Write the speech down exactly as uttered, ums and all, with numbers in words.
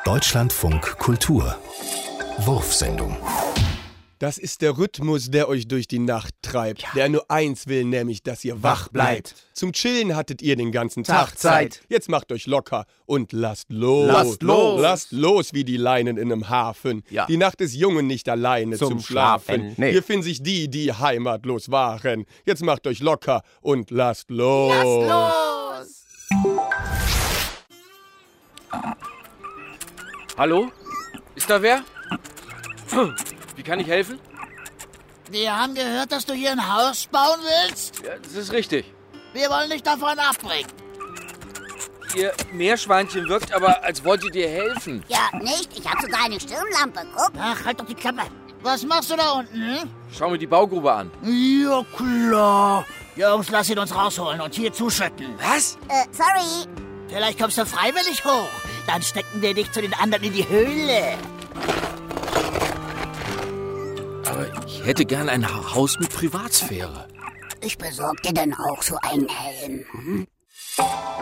Deutschlandfunk Kultur Wurfsendung. Das ist der Rhythmus, der euch durch die Nacht treibt, ja. Der nur eins will, nämlich, dass ihr wach bleibt. Zum Chillen hattet ihr den ganzen Tag, Tag Zeit. Jetzt macht euch locker und lasst los. Lasst los. Lasst los wie die Leinen in einem Hafen. Ja. Die Nacht ist jung und nicht alleine zum, zum Schlafen. Schlafen. Nee. Hier finden sich die, die heimatlos waren. Jetzt macht euch locker und lasst los. Lasst los. Hallo? Ist da wer? Wie kann ich helfen? Wir haben gehört, dass du hier ein Haus bauen willst. Ja, das ist richtig. Wir wollen dich davon abbringen. Ihr Meerschweinchen wirkt aber, als wolltet ihr helfen. Ja, nicht? Ich habe sogar eine Stirnlampe. Guck. Ach, halt doch die Klappe. Was machst du da unten, hm? Schau mir die Baugrube an. Ja, klar. Jungs, lass ihn uns rausholen und hier zuschütten. Was? Äh, sorry. Vielleicht kommst du freiwillig hoch. Dann stecken wir dich zu den anderen in die Höhle. Aber ich hätte gern ein Haus mit Privatsphäre. Ich besorg dir dann auch so einen Helm. Hm?